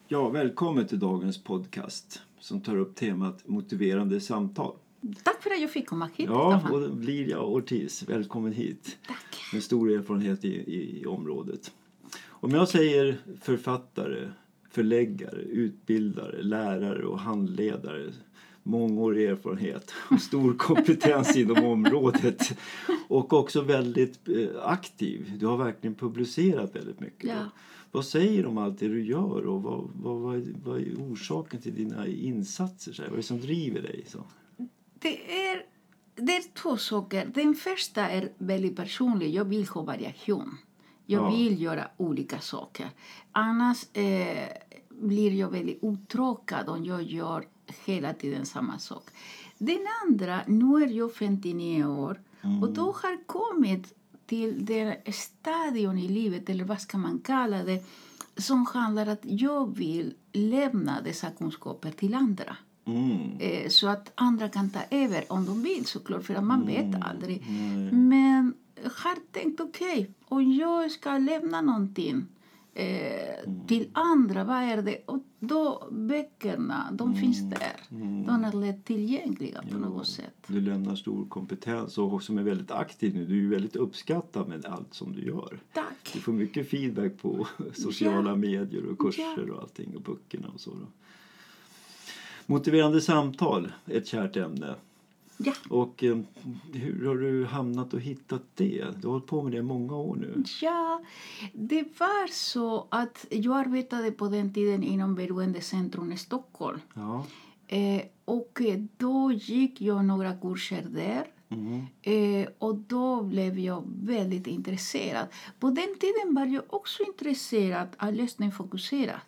Ja, välkommen till dagens podcast som tar upp temat motiverande samtal. Tack för att jag fick komma hit. Ja, Staffan. och Lilia Ortiz, välkommen hit. Tack. Med stor erfarenhet i området. Om jag säger författare, förläggare, utbildare, lärare och handledare, mångårig erfarenhet och stor kompetens inom området och också väldigt aktiv. Du har verkligen publicerat väldigt mycket. Ja. Vad säger du om allt det du gör och vad är orsaken till dina insatser? Vad är det som driver dig? Så? Det är två saker. Den första är väldigt personlig. Jag vill ha variation. Jag vill göra olika saker. Annars blir jag väldigt uttråkad om jag gör hela tiden samma sak. Den andra, nu är jag 59 år och då har kommit till den stadion i livet, eller vad ska man kalla det, som handlar om att jag vill lämna dessa kunskaper till andra. Så att andra kan ta över om de vill, såklart, för att man vet aldrig. Men jag har tänkt, okej, om jag ska lämna någonting till andra, vad är det? Och då böckerna, de finns där. De är lätt tillgängliga på något sätt. Du lämnar stor kompetens och som är väldigt aktiv nu. Du är väldigt uppskattad med allt som du gör. Tack. Du får mycket feedback på sociala medier och kurser och allting och böckerna och så. Då. Motiverande samtal, ett kärt ämne. Ja. Och hur har du hamnat och hittat det? Du har hållit på med det i många år nu. Ja, det var så att jag arbetade på den tiden inom Beroendecentrum i Stockholm. Ja. Och då gick jag några kurser där. Och då blev jag väldigt intresserad. På den tiden var jag också intresserad av lösningsfokuserat.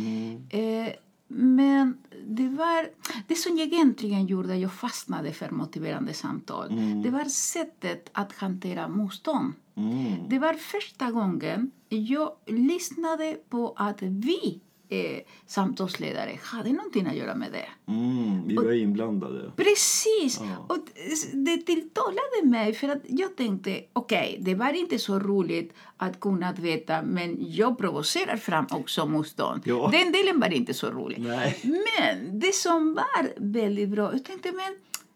Men det som egentligen gjorde att jag fastnade för motiverande samtal. Det var sättet att hantera motstånd. Det var första gången jag lyssnade på att vi samtalsledare hade någonting att göra med det. Vi var inblandade. Precis. Ja. Och det tilltalade mig för att jag tänkte, okej, det var inte så roligt att kunna veta, men jag provocerar fram också motstånd. Ja. Den delen var inte så rolig. Nej. Men det som var väldigt bra, jag tänkte, men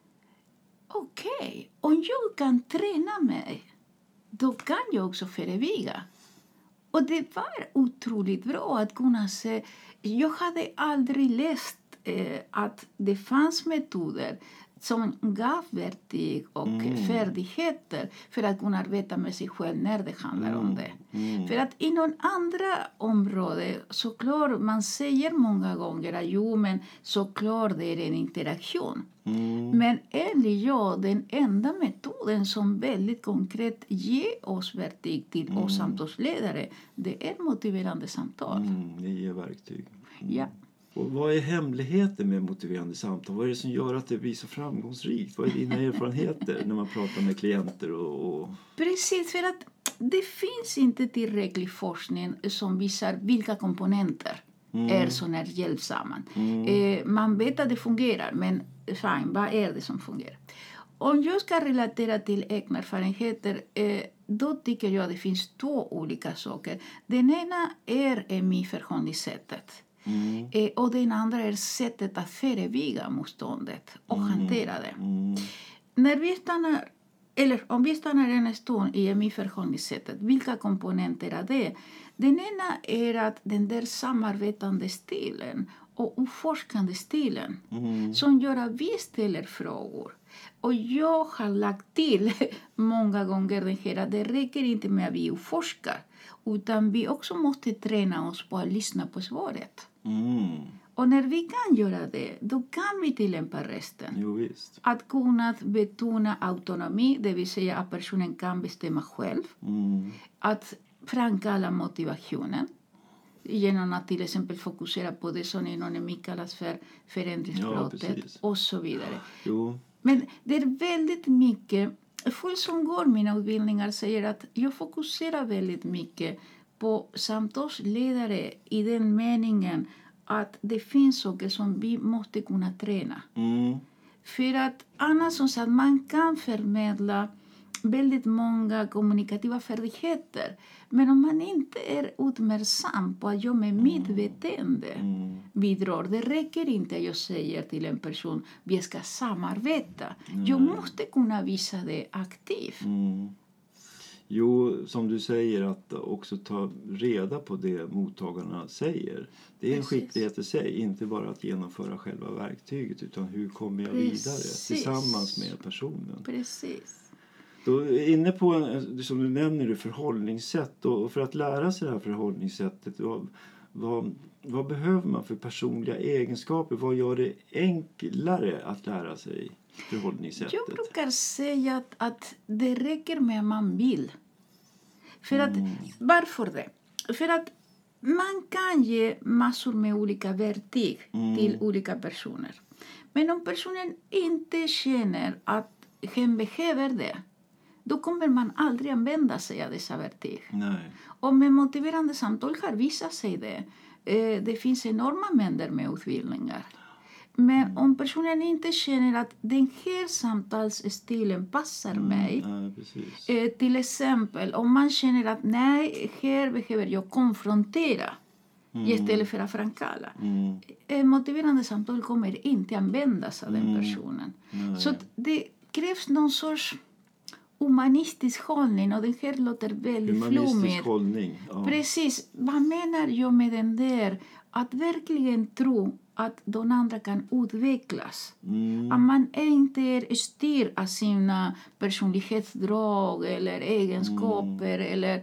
okej, om jag kan träna mig, då kan jag också förebygga. Och det var otroligt bra att kunna se. Jag hade aldrig läst att det fanns metoder som gav verktyg och färdigheter för att kunna arbeta med sig själv när det handlar om det. För att inom andra områden, såklart, man säger många gånger att jo, men såklart det är en interaktion. Men enligt jag, den enda metoden som väldigt konkret ger oss verktyg till oss samtalsledare, det är motiverande samtal. Det ger verktyg. Ja. Och vad är hemligheten med motiverande samtal? Vad är det som gör att det blir så framgångsrikt? Vad är dina erfarenheter när man pratar med klienter? Precis, för att det finns inte tillräcklig forskning som visar vilka komponenter är som är hjälpsamma. Man vet att det fungerar, men fine, vad är det som fungerar? Om jag ska relatera till egna erfarenheter, då tycker jag att det finns två olika saker. Den ena är förhållningssättet. Och den andra är sättet att förebygga motståndet och hantera det. När vi stannar, eller om vi stannar en stund i förhållningssättet, vilka komponenter är det? Den ena är att den där samarbetande stilen och utforskande stilen som gör att vi ställer frågor. Och jag har lagt till många gånger det här att det räcker inte med att vi utforskar, utan vi också måste träna oss på att lyssna på svaret. Och när vi kan göra det, då kan vi tillämpa resten. Jo, visst. Att kunna betona autonomi, det vill säga att personen kan bestämma själv. Att framkalla motivationen genom att till exempel fokusera på det som inom kallas för förändringsbrottet och så vidare. Jo. Men det är väldigt mycket, folk som går mina utbildningar säger att jag fokuserar väldigt mycket på samtalsledare i den meningen att det finns saker som vi måste kunna träna. För att annars som sagt, man kan förmedla väldigt många kommunikativa färdigheter. Men om man inte är uppmärksam på att jag med mitt beteende bidrar. Det räcker inte att jag säger till en person vi ska samarbeta. Jag måste kunna visa det aktivt. Jo, som du säger, att också ta reda på det mottagarna säger. Det är en skicklighet i sig, inte bara att genomföra själva verktyget, utan hur kommer jag vidare tillsammans med personen. Precis. Då är inne på, som du nämner, förhållningssätt. Och för att lära sig det här förhållningssättet, vad behöver man för personliga egenskaper? Vad gör det enklare att lära sig förhållningssättet? Jag brukar säga att det räcker med att man vill. För att, varför det? För att man kan ge massor med olika verktyg till olika personer. Men om personen inte känner att hen behöver det, då kommer man aldrig använda sig av dessa verktyg. Nej. Och med motiverande samtal har visat sig det. Det finns enorma mängder med utbildningar. Men om personen inte känner att den här samtalsstilen passar mig. Till exempel om man känner att nej, här behöver jag konfrontera istället för att framkalla. Motiverande samtal kommer inte användas av den personen. Så det krävs någon sorts humanistisk hållning, och den här låter väldigt flummig. Hållning. Ja. Precis. Vad menar jag med den där? Att verkligen tro att de andra kan utvecklas. Att man inte är styrd av sina personlighetsdrag eller egenskaper. Eller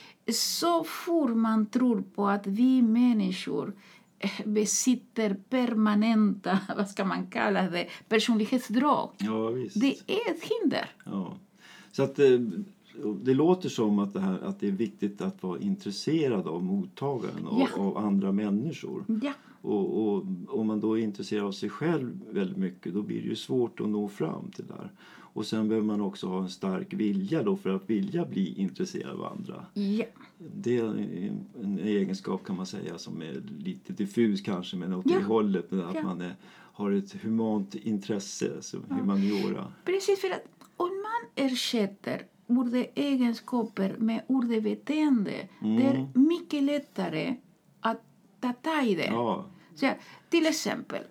så fort man tror på att vi människor besitter permanenta, vad ska man kalla det, personlighetsdrag. Ja, visst. Det är ett hinder. Ja. Så att det låter som att det är viktigt att vara intresserad av mottagaren och av andra människor. Ja. Och om man då är intresserad av sig själv väldigt mycket, då blir det ju svårt att nå fram till det där. Och sen behöver man också ha en stark vilja då för att vilja bli intresserad av andra. Ja. Det är en egenskap, kan man säga, som är lite diffus kanske, men åt det hållet. Men att man har ett humant intresse, så humaniora. Precis, för att om man ersätter ordeegenskaper med ordebeteende, det är mycket lättare att ta tag i det. Ja. Så, till exempel,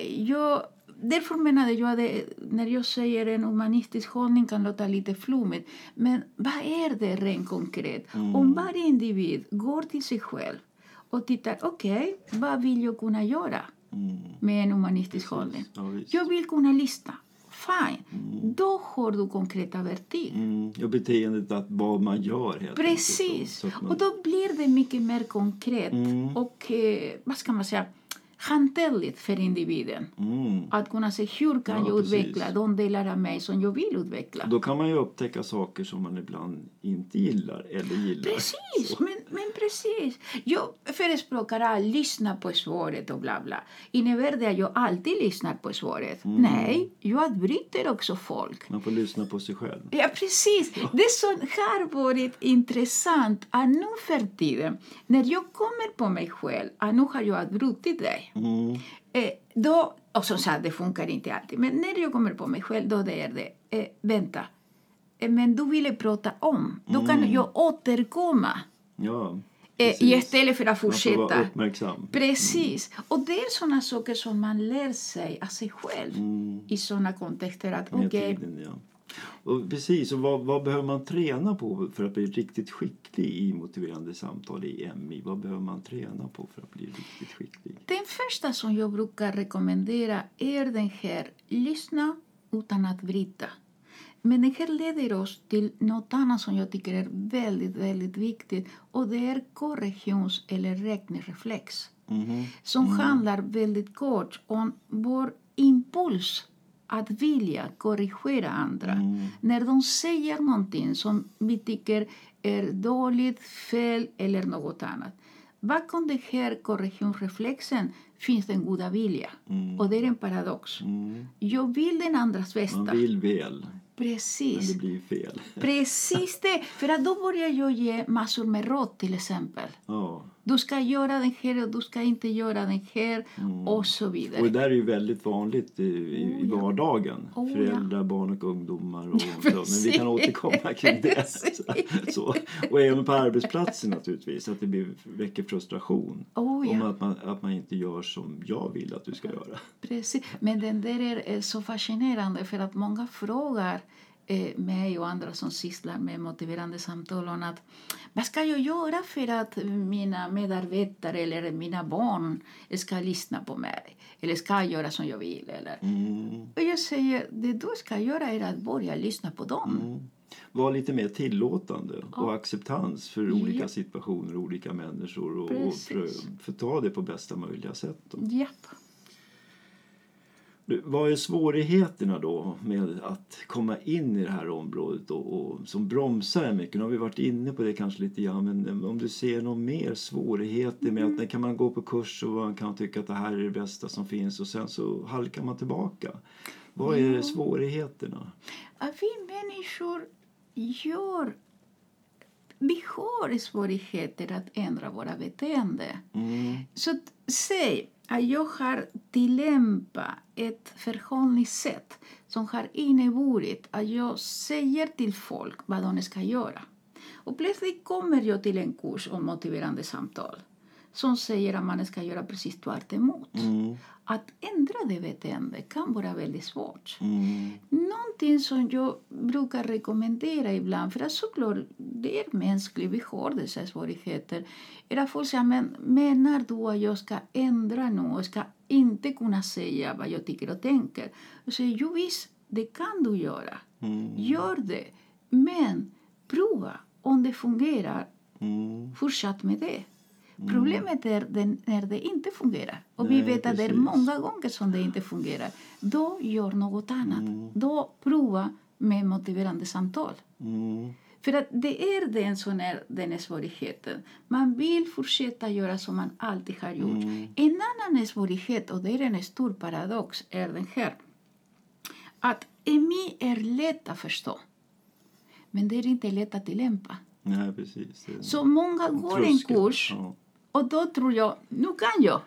därför menade jag att när jag säger en humanistisk hållning kan låta lite flummigt. Men vad är det rent konkret? Om varje individ går till sig själv och tittar, vad vill jag kunna göra med en humanistisk hållning? Ja, jag vill kunna lista. Fine. Då har du konkreta verktyg. Och beteendet, att vad man gör helt precis. Och då blir det mycket mer konkret och vad ska man säga, hanterligt för individen. Att kunna se hur kan jag utveckla de delar av mig som jag vill utveckla. Då kan man ju upptäcka saker som man ibland inte gillar eller gillar. Precis, men precis. Jag förespråkar att lyssna på svaret och bla bla. Innebär det att jag alltid lyssnar på svaret? Nej, jag bryter också folk. Man får lyssna på sig själv. Ja, precis. Ja. Det som har varit intressant är nu för tiden, när jag kommer på mig själv, att nu har jag brutit dig. Då, och som sagt, det funkar inte alltid. Men när jag kommer på mig själv, då det är det. Vänta. Men du ville prata om. Då kan jag återkomma. Ja. Istället för att fortsätta. Man får vara uppmärksam. Precis. Och det är sådana saker som man lär sig av sig själv. I sådana kontexter. Att Och precis, och vad behöver man träna på för att bli riktigt skicklig i motiverande samtal i MI? Vad behöver man träna på för att bli riktigt skicklig? Den första som jag brukar rekommendera är den här: lyssna utan att bryta. Men det här leder oss till något annat som jag tycker är väldigt, väldigt viktigt. Och det är korrektions- eller räknereflex. Som handlar väldigt kort om vår impuls att vilja korrigera andra. När de säger någonting som vi tycker är dåligt, fel eller något annat. Bakom den här korrektionsreflexen finns den goda vilja. Och det är en paradox. Jag vill den andras bästa. Man vill väl. Precis. Men det blir fel. Precis det. För att då börjar jag ge massor med råd till exempel. Ja. Du ska göra den här och du ska inte göra den här och så vidare. Och det där är ju väldigt vanligt i vardagen. Föräldrar, barn och ungdomar. Och så. Men vi kan återkomma kring det. Så. Och även på arbetsplatsen naturligtvis. Att det väcker frustration. Om att man inte gör som jag vill att du ska göra. Precis. Men den där är så fascinerande för att många frågar mig och andra som sysslar med motiverande samtal om att vad ska jag göra för att mina medarbetare eller mina barn ska lyssna på mig eller ska göra som jag vill eller. Och jag säger det du ska göra är att börja lyssna på dem. Var lite mer tillåtande och acceptans för olika situationer och olika människor och för ta det på bästa möjliga sätt då. Japp. Vad är svårigheterna då med att komma in i det här området och som bromsar mycket? Nu har vi varit inne på det kanske lite grann, men om du ser någon mer svårigheter med att när kan man gå på kurs och man kan tycka att det här är det bästa som finns och sen så halkar man tillbaka. Vad är svårigheterna? Att vi människor vi har svårigheter att ändra våra beteende. Så säg att jag har tillämpat ett förhållningssätt som har inneburit att jag säger till folk vad de ska göra. Och plötsligt kommer jag till en kurs om motiverande samtal som säger att man ska göra precis tvärt emot. Att ändra det beteende kan vara väldigt svårt. Någonting som jag brukar rekommendera ibland, för att såklart det är mänskligt, vi har dessa svårigheter, är att folk säger, men menar du att jag ska ändra nu och ska inte kunna säga vad jag tycker och tänker? Jag säger, jo visst, det kan du göra. Gör det. Men prova om det fungerar. Fortsätt med det. Problemet är när det inte fungerar. Och vi vet att det är många gånger som det inte fungerar. Då gör något annat. Då prova med motiverande samtal. För att det är den svårigheten. Man vill fortsätta göra som man alltid har gjort. En annan svårighet, och det är en stor paradox, är den här. Att EMI är lätt att förstå. Men det är inte lätt att tillämpa. Nej, precis. Så många går en kurs. Och då tror jag, nu kan jag.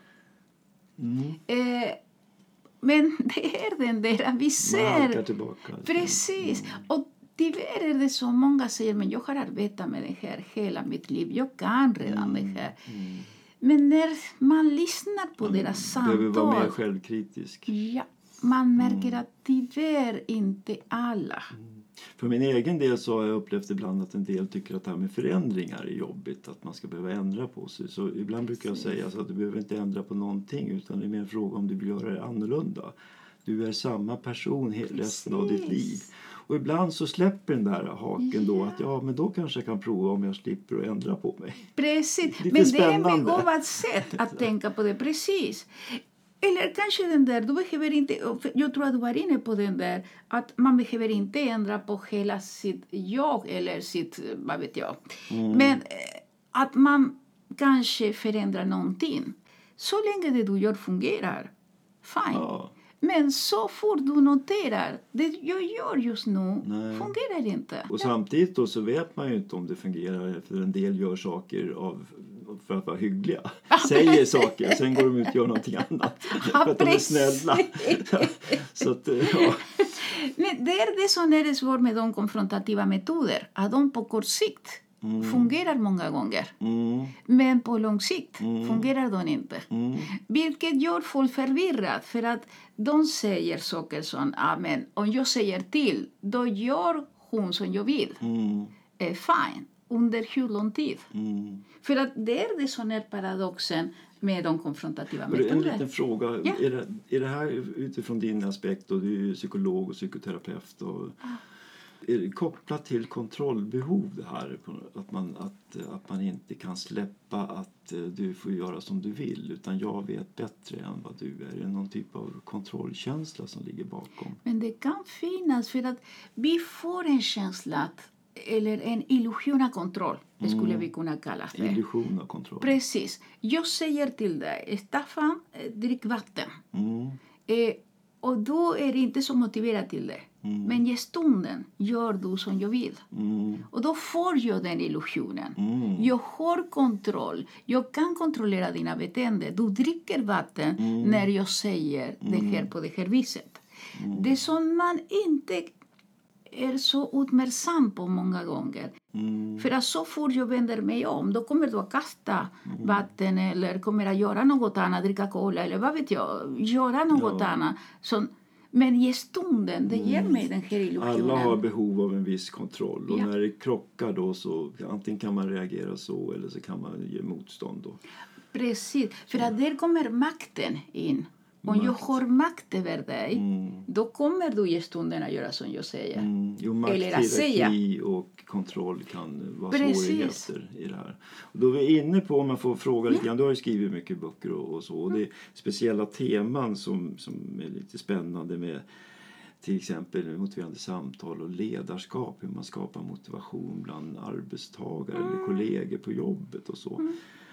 Men det är den där vi ser. Tillbaka. Precis. Och tyvärr är det så många säger, men jag har arbetat med det här hela mitt liv. Jag kan redan det här. Men när man lyssnar på deras samtal. Behöver vara mer självkritisk. Ja, man märker att tyvärr inte alla. För min egen del så har jag upplevt ibland att en del tycker att det här med förändringar är jobbigt. Att man ska behöva ändra på sig. Så ibland brukar jag säga så att du behöver inte ändra på någonting. Utan det är mer en fråga om du vill göra det annorlunda. Du är samma person resten av ditt liv. Och ibland så släpper den där haken då. Att men då kanske jag kan prova om jag slipper att ändra på mig. Precis. Men det är ett begåvat sätt att tänka på det. Precis. Eller kanske den där, du behöver inte, jag tror att du var inne på den där, att man behöver inte ändra på hela sitt jag eller sitt, vad vet jag. Men att man kanske förändrar någonting. Så länge det du gör fungerar, fine. Ja. Men så fort du noterar, det jag gör just nu fungerar inte. Och samtidigt då så vet man ju inte om det fungerar, för en del gör saker för att vara hyggliga. Säger saker, sen går de ut och gör någonting annat. För att de är snälla. Så att, Men det är det som är svårt med de konfrontativa metoder. Att de på kort sikt fungerar många gånger. Men på lång sikt fungerar de inte. Vilket gör folk förvirrat. För att de säger saker som, men om jag säger till, då gör hon som jag vill. Fine. Under hur lång tid? För att det är det som är paradoxen med de konfrontativa metoderna. En liten fråga. Ja. Är det här utifrån din aspekt, och du är psykolog och psykoterapeut, och är det kopplat till kontrollbehov det här? Att man inte kan släppa att du får göra som du vill, utan jag vet bättre än vad du är. Är det någon typ av kontrollkänsla som ligger bakom? Men det kan finnas, för att vi får en känsla eller en illusion av kontroll, det skulle vi kunna kalla det. Illusion av kontroll. Precis. Jag säger till dig, Staffan, drick vatten. Och då är det inte så motiverat till det. Men i stunden gör du som jag vill. Och då får jag den illusionen. Jag har kontroll. Jag kan kontrollera dina beteenden. Du dricker vatten när jag säger det här på det här viset. Det som man inte är så uppmärksam på många gånger. För att så fort jag vänder mig om, då kommer du att kasta vatten eller kommer att göra något annat, dricka cola eller vad vet jag, göra något annat. Men i stunden, det ger mig den här illusionen. Alla har behov av en viss kontroll. Och när det krockar då så antingen kan man reagera så eller så kan man ge motstånd då. Precis, för att där kommer makten in. Om jag har makt över dig, då kommer du i stunden att göra som jag säger. Jo, makt, eller att hierarki och kontroll kan vara svårigheter i det här. Och då är vi inne på, om man får fråga lite grann, du har ju skrivit mycket böcker och så. Och det är speciella teman som är lite spännande med till exempel motiverande samtal och ledarskap. Hur man skapar motivation bland arbetstagare eller kollegor på jobbet och så.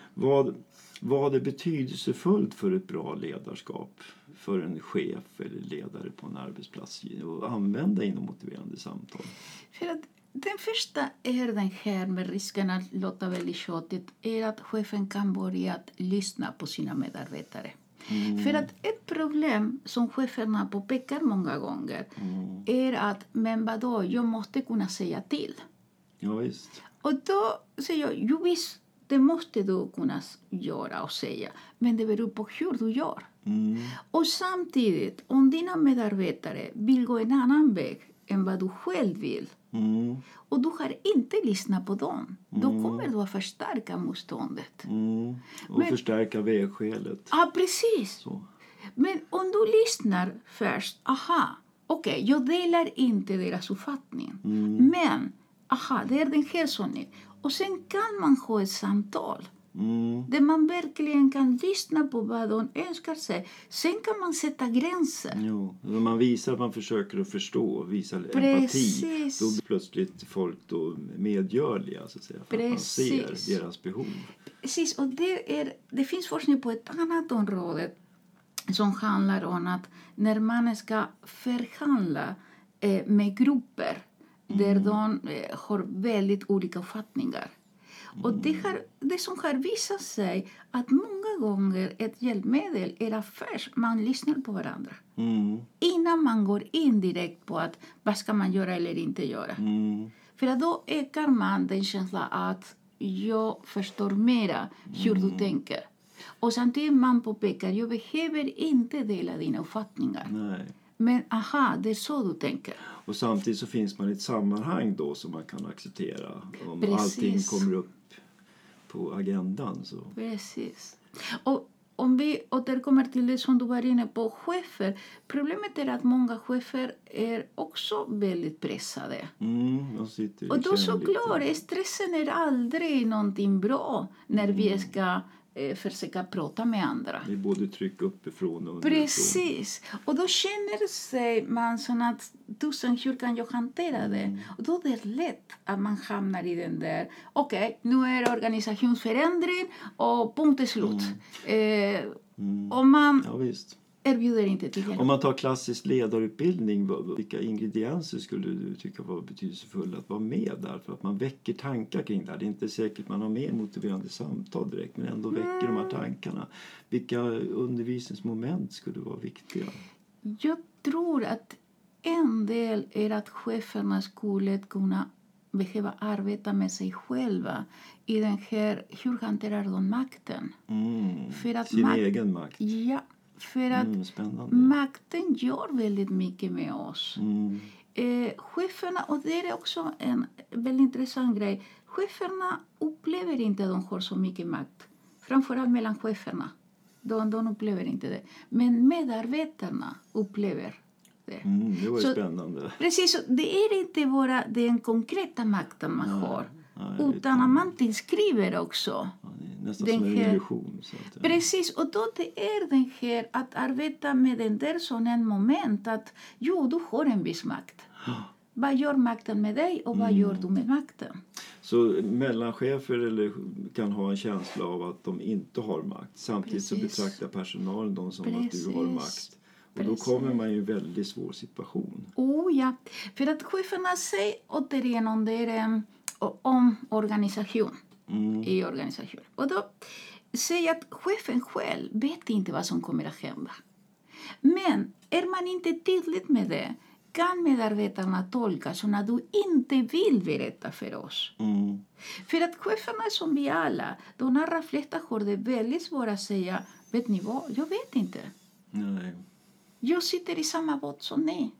Vad är betydelsefullt för ett bra ledarskap för en chef eller ledare på en arbetsplats och använda inom motiverande samtal? För att den första är den här med risken att låta väldigt tjatigt är att chefen kan börja att lyssna på sina medarbetare. För att ett problem som cheferna påpekar många gånger är att men vadå, jag måste kunna säga till. Ja, visst. Och då säger jag, jo visst, det måste du kunna göra och säga. Men det beror på hur du gör. Och samtidigt, om dina medarbetare vill gå en annan väg än vad du själv vill. Och du har inte lyssnat på dem. Då kommer du att förstärka motståndet. Och förstärka vägskälet. Ja, precis. Så. Men om du lyssnar först. Okej, jag delar inte deras uppfattning. Men, det är den här som är. Och sen kan man ha ett samtal. Där man verkligen kan lyssna på vad de önskar sig. Sen kan man sätta gränser. Jo, när man visar att man försöker att förstå, visar empati. Då blir plötsligt folk då medgörliga, så att säga. För att man ser deras behov. Precis, och det finns forskning på ett annat område. Som handlar om att när man ska förhandla med grupper. Där de har väldigt olika uppfattningar. Och det som har visat sig att många gånger ett hjälpmedel är att först man lyssnar på varandra. Innan man går in direkt på att vad ska man göra eller inte göra. För att då ökar man den känslan att jag förstår mera hur du tänker. Och samtidigt man påpekar, jag behöver inte dela dina uppfattningar. Nej. Men det är så du tänker. Och samtidigt så finns man i ett sammanhang då som man kan acceptera. Om allting kommer upp på agendan. Så. Precis. Och om vi återkommer till det som du var inne på, chefer. Problemet är att många chefer är också väldigt pressade. Och då såklart, stressen är aldrig någonting bra när vi ska försöka prata med andra. Det är både tryck uppifrån och underifrån. Precis. Och då känner sig man som att hur kan jag hantera det? Och då är det lätt att man hamnar i den där nu är det organisationsförändring och punkt är slut. Och man erbjuder inte till hjälp. Om man tar klassisk ledarutbildning, vilka ingredienser skulle du tycka var betydelsefulla att vara med där? För att man väcker tankar kring det här. Det är inte säkert man har med motiverande samtal direkt, men ändå väcker de här tankarna. Vilka undervisningsmoment skulle vara viktiga? Jag tror att en del är att cheferna skulle kunna behöva arbeta med sig själva i den här, hur hanterar de makten? För att sin egen makt. Ja. För att makten gör väldigt mycket med oss. Cheferna, och det är också en väldigt intressant grej. Cheferna upplever inte att de har så mycket makt. Framförallt mellan cheferna. De upplever inte det. Men medarbetarna upplever det. Det var spännande. Precis, det är inte bara den konkreta makten man har. Utan att man tillskriver också. Nästan som en illusion. Precis, och då det är den här att arbeta med den där som en moment att du har en viss makt. Vad gör makten med dig och vad gör du med makten? Så mellanchefer kan ha en känsla av att de inte har makt. Samtidigt så betraktar personalen dem som att du har makt. Och då kommer man ju i en väldigt svår situation. Oh ja, för att cheferna säger återigen om det är om organisation i organisation. Och då säger att chefen själv vet inte vad som kommer att hända. Men är man inte tydlig med det kan medarbetarna tolka som att du inte vill berätta för oss. För att cheferna som vi alla, de allra flesta har det väldigt svårt att säga, vet ni vad, jag vet inte. Nej. Jag sitter i samma båt som ni.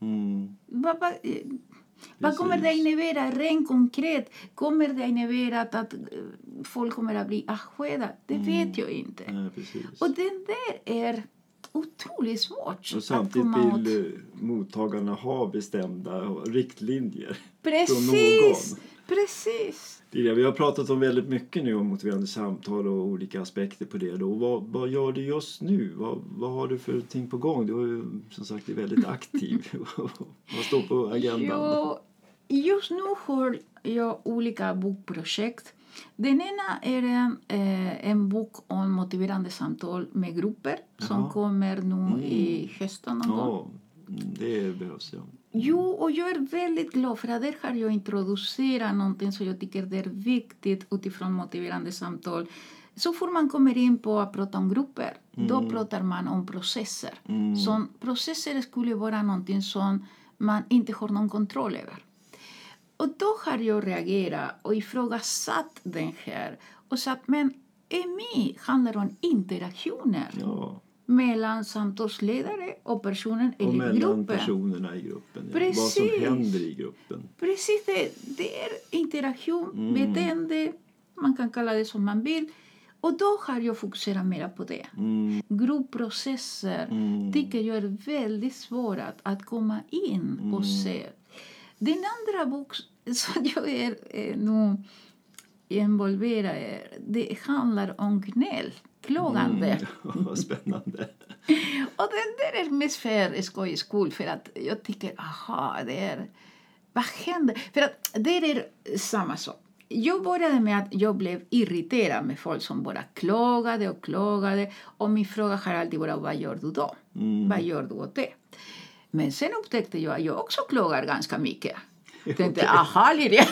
Vad kommer det att innebära rent konkret? Kommer det att innebära att folk kommer att bli avskedade? Det vet jag inte. Nej, precis. Och det där är otroligt svårt. Och samtidigt vill mottagarna ha bestämda riktlinjer från någon. Precis. Vi har pratat om väldigt mycket nu om motiverande samtal och olika aspekter på det. Då. Vad gör du just nu? Vad har du för ting på gång? Du är ju som sagt väldigt aktiv. Vad står på agendan? Just nu har jag olika bokprojekt. Den ena är en bok om motiverande samtal med grupper som kommer nu i hösten någon gång. Det behövs, ja. Jo, och jag är väldigt glad för att där har jag introducerat någonting som jag tycker det är viktigt utifrån motiverande samtal. Så får man kommer in på att prata om grupper, då pratar man om processer. Så processer skulle vara någonting som man inte har någon kontroll över. Och då har jag reagerat och ifrågasatt den här och sagt, men EMI handlar om interaktioner. Ja. Mellan samtalsledare och personen eller gruppen. Och mellan personerna i gruppen. Ja. Vad som händer i gruppen. Precis, det är interaktion, beteende, man kan kalla det som man vill. Och då har jag fokuserat mer på det. Gruppprocesser tycker jag är väldigt svåra att komma in och se. Den andra bok som jag är nu involverad i, det handlar om gnäll. Klagande. Vad spännande. Och den där är mest för skojskull för att jag tycker, det är, vad händer? För att det är samma sak. Jag började med att jag blev irriterad med folk som bara klagade. Och min fråga har alltid varit, vad gör du då? Vad gör du åt det? Men sen upptäckte jag att jag också klagar ganska mycket. Jag tänkte, Liria.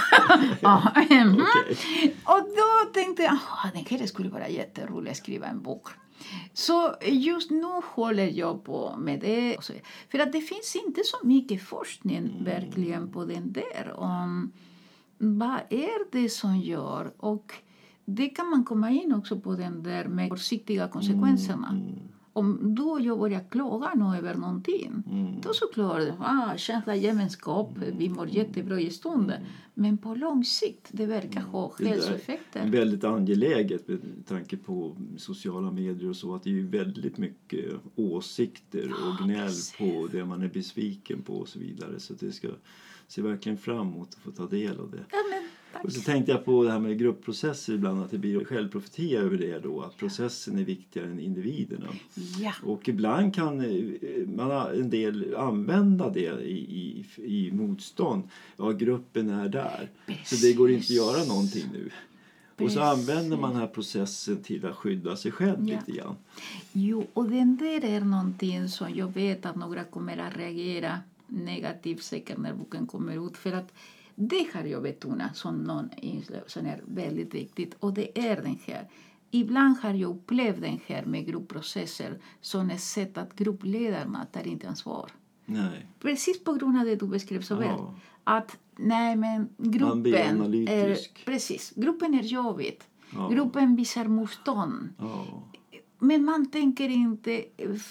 Och då tänkte jag, den här skulle vara jätterolig att skriva en bok. Så just nu håller jag på med det. För att det finns inte så mycket forskning verkligen på den där. Om vad är det som gör? Och det kan man komma in också på den där med kortsiktiga konsekvenserna. Om du och jag börjar klaga nu över någonting, då såklart, känsla gemenskap, vi mår jättebra i stunden. Men på lång sikt, det verkar ha hälsoeffekter. Det är väldigt angeläget med tanke på sociala medier och så, att det är ju väldigt mycket åsikter och gnäll på det man är besviken på och så vidare. Så det ska se verkligen fram emot att få ta del av det. Ja, men, och så tänkte jag på det här med gruppprocesser ibland, att det blir självprofetia över det då, att processen är viktigare än individerna. Ja. Och ibland kan en del använda det i motstånd. Ja, gruppen är där. Precis. Så det går inte att göra någonting nu. Precis. Och så använder man den här processen till att skydda sig själv lite grann. Jo, och den där är någonting som jag vet att några kommer att reagera negativt säkert när boken kommer ut. För att det har jag betonat som är väldigt viktigt. Och det är den här. Ibland har jag upplevt den här med gruppprocesser som ett sätt att gruppledarna tar inte ansvar. Nej. Precis på grund av det du beskrev så väl. Att men gruppen gruppen är jobbigt. Ja. Gruppen visar motstånd. Ja. Men man tänker inte,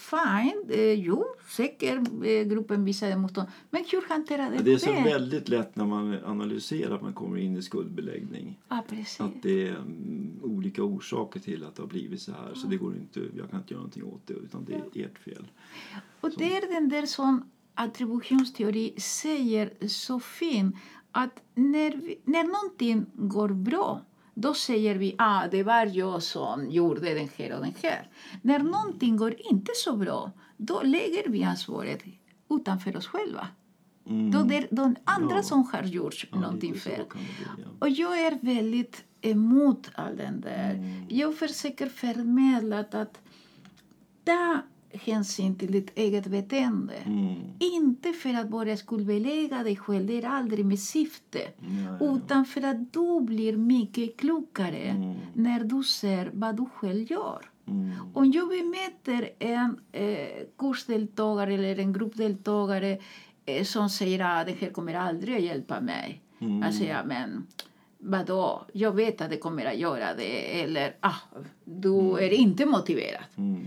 säkert gruppen visar motstånd. Men hur hanterar det? Det är så väldigt lätt när man analyserar att man kommer in i skuldbeläggning. Ja, precis. Att det är olika orsaker till att det har blivit så här. Så det går inte, jag kan inte göra någonting åt det, utan det är ert fel. Och det är den där som attributionsteori säger så fin. Att när någonting går bra, då säger vi det var jag som gjorde den här och den här. När någonting går inte så bra, då lägger vi ansvaret utanför oss själva. Då det är de andra som har gjort någonting fel. Och jag är väldigt emot all den där. Jag försöker förmedla att hänsyn till ditt eget beteende. Inte för att börja skuldbelägga dig själv, det är aldrig med syfte. Utan för att du blir mycket klokare när du ser vad du själv gör. Om jag bemöter en kursdeltagare eller en gruppdeltagare som säger att det här kommer aldrig att hjälpa mig. Jag säger, men vadå? Jag vet att det kommer att göra det. Eller, du är inte motiverad.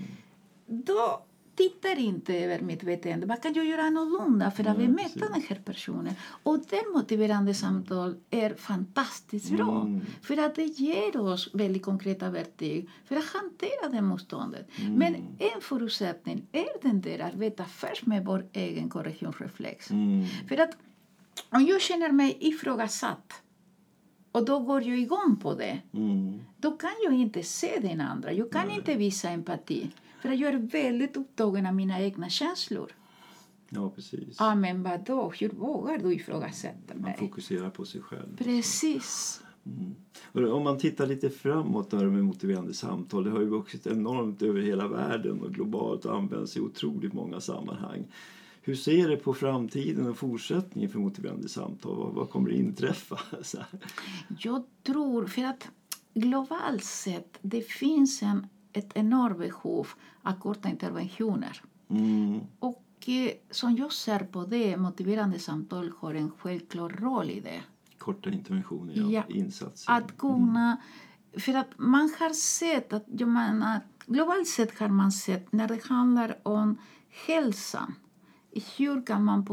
Då tittar inte över mitt beteende. Vad kan jag göra annorlunda för att bemöta den här personen? Och det motiverande samtal är fantastiskt bra. För att det ger oss väldigt konkreta verktyg för att hantera det motståndet. Men en förutsättning är den där att veta först med vår egen korrektionsreflex. För att om jag känner mig ifrågasatt och då går jag igång på det. Då kan jag inte se den andra. Jag kan inte visa empati. För jag är väldigt upptagen av mina egna känslor. Ja, precis. Ja, men vadå? Hur vågar du ifrågasätta mig? Man fokuserar på sig själv. Precis. Om man tittar lite framåt där med motiverande samtal. Det har ju vuxit enormt över hela världen och globalt och används i otroligt många sammanhang. Hur ser det på framtiden och fortsättningen för motiverande samtal? Vad kommer att inträffa? Jag tror, för att globalt sett, det finns ett enormt behov av korta interventioner. Och som jag ser på det, motiverande samtal har en självklar roll i det. Korta interventioner, insatser. Att kunna, för att man har sett, att jag menar, globalt sett har man sett när det handlar om hälsan. Hur kan man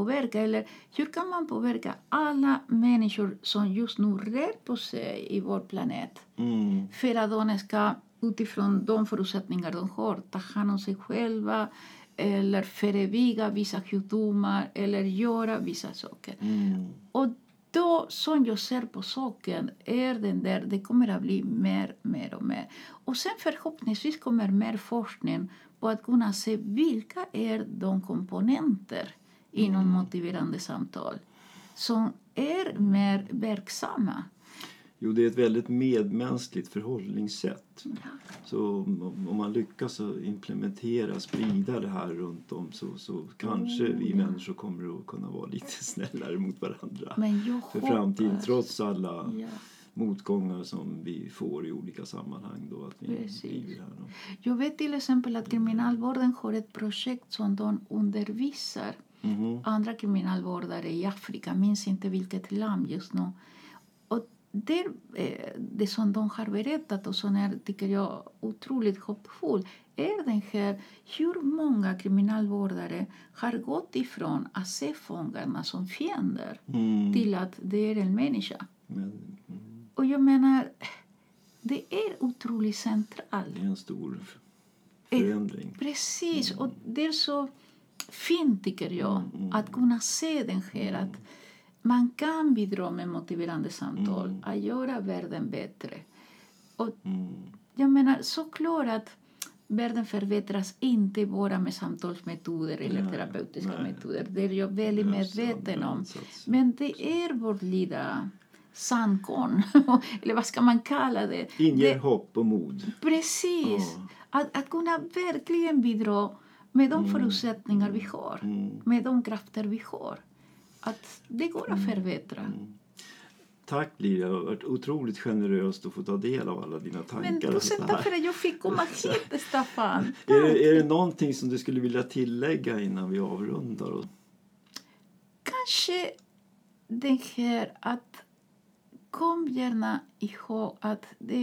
påverka alla människor som just nu rör på sig i vår planet. För att de ska utifrån de förutsättningar de har ta hand om sig själva eller förebygga vissa sjukdomar eller göra vissa saker. Och då som jag ser på saken är den där, det kommer att bli mer och mer. Och sen förhoppningsvis kommer mer forskning på att kunna se vilka är de komponenter inom motiverande samtal som är mer verksamma. Jo, det är ett väldigt medmänskligt förhållningssätt. Så om man lyckas implementera, sprida det här runt om så kanske vi människor kommer att kunna vara lite snällare mot varandra. För framtiden, trots alla motgångar som vi får i olika sammanhang. Då, att vi driver det här då. Jag vet till exempel att kriminalvården har ett projekt som de undervisar andra kriminalvårdare i Afrika. Jag minns inte vilket land just nu. Det som de har berättat och som är, tycker jag, otroligt hoppfull är den här hur många kriminalvårdare har gått ifrån att se fångarna som fiender till att det är en människa. Och jag menar, det är otroligt centralt. Det är en stor förändring. Precis, och det är så fint tycker jag att kunna se den här att man kan bidra med motiverande samtal att göra världen bättre. Och jag menar såklart att världen förbättras inte bara med samtalsmetoder eller terapeutiska metoder. Det är jag väldigt medveten om. Men det är vårt lilla sandkorn, eller vad ska man kalla det? Inger hopp och mod. Precis. Att kunna verkligen bidra med de förutsättningar vi har. Med de krafter vi har. Att det går att förbättra. Tack Liria, det har varit otroligt generöst att få ta del av alla dina tankar. Men tusen tack för att jag fick komma hit, Staffan. Är det någonting som du skulle vilja tillägga innan vi avrundar? Kanske det här att kom gärna ihåg att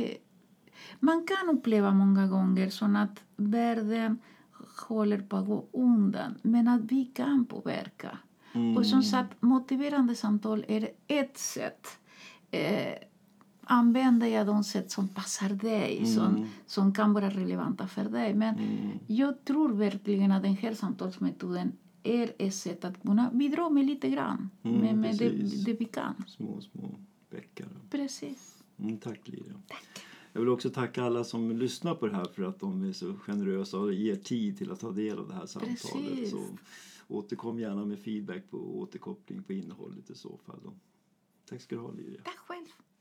man kan uppleva många gånger som att världen håller på att gå undan. Men att vi kan påverka. Och som sagt, motiverande samtal är ett sätt. Använder jag de sätt som passar dig, som kan vara relevanta för dig. Men jag tror verkligen att den här samtalsmetoden är ett sätt att kunna bidra med lite grann. Med det vi kan. Små bäckar. Precis. Tack Liria. Tack. Jag vill också tacka alla som lyssnar på det här för att de är så generösa och ger tid till att ta del av det här samtalet. Precis. Så återkom gärna med feedback på återkoppling på innehållet i så fall. Tack ska du ha Liria. Tack själv.